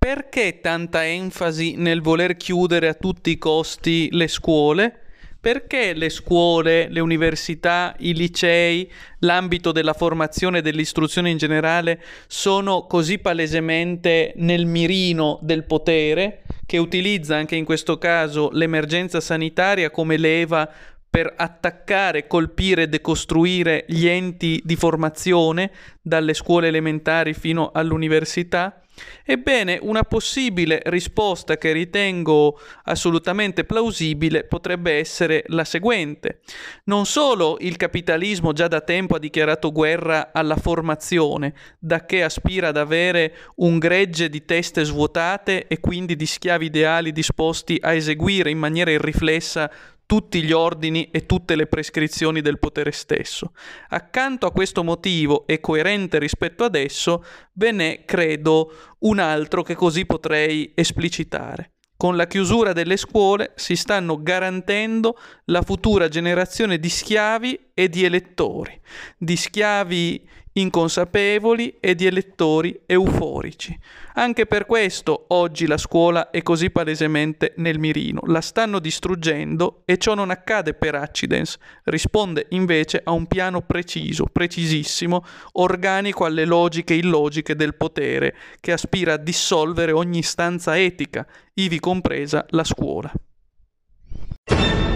Perché tanta enfasi nel voler chiudere a tutti i costi le scuole? Perché le scuole, le università, i licei, l'ambito della formazione e dell'istruzione in generale sono così palesemente nel mirino del potere, che utilizza anche in questo caso l'emergenza sanitaria come leva per attaccare, colpire e decostruire gli enti di formazione, dalle scuole elementari fino all'università? Ebbene, una possibile risposta che ritengo assolutamente plausibile potrebbe essere la seguente. Non solo il capitalismo già da tempo ha dichiarato guerra alla formazione, da che aspira ad avere un gregge di teste svuotate e quindi di schiavi ideali disposti a eseguire in maniera irriflessa tutti gli ordini e tutte le prescrizioni del potere stesso. Accanto a questo motivo, e coerente rispetto ad esso, ve n'è, credo, un altro che così potrei esplicitare. Con la chiusura delle scuole si stanno garantendo la futura generazione di schiavi e di elettori, di schiavi inconsapevoli e di elettori euforici. Anche per questo oggi la scuola è così palesemente nel mirino. La stanno distruggendo e ciò non accade per accidens, risponde invece a un piano preciso, precisissimo, organico alle logiche illogiche del potere, che aspira a dissolvere ogni istanza etica, ivi compresa la scuola.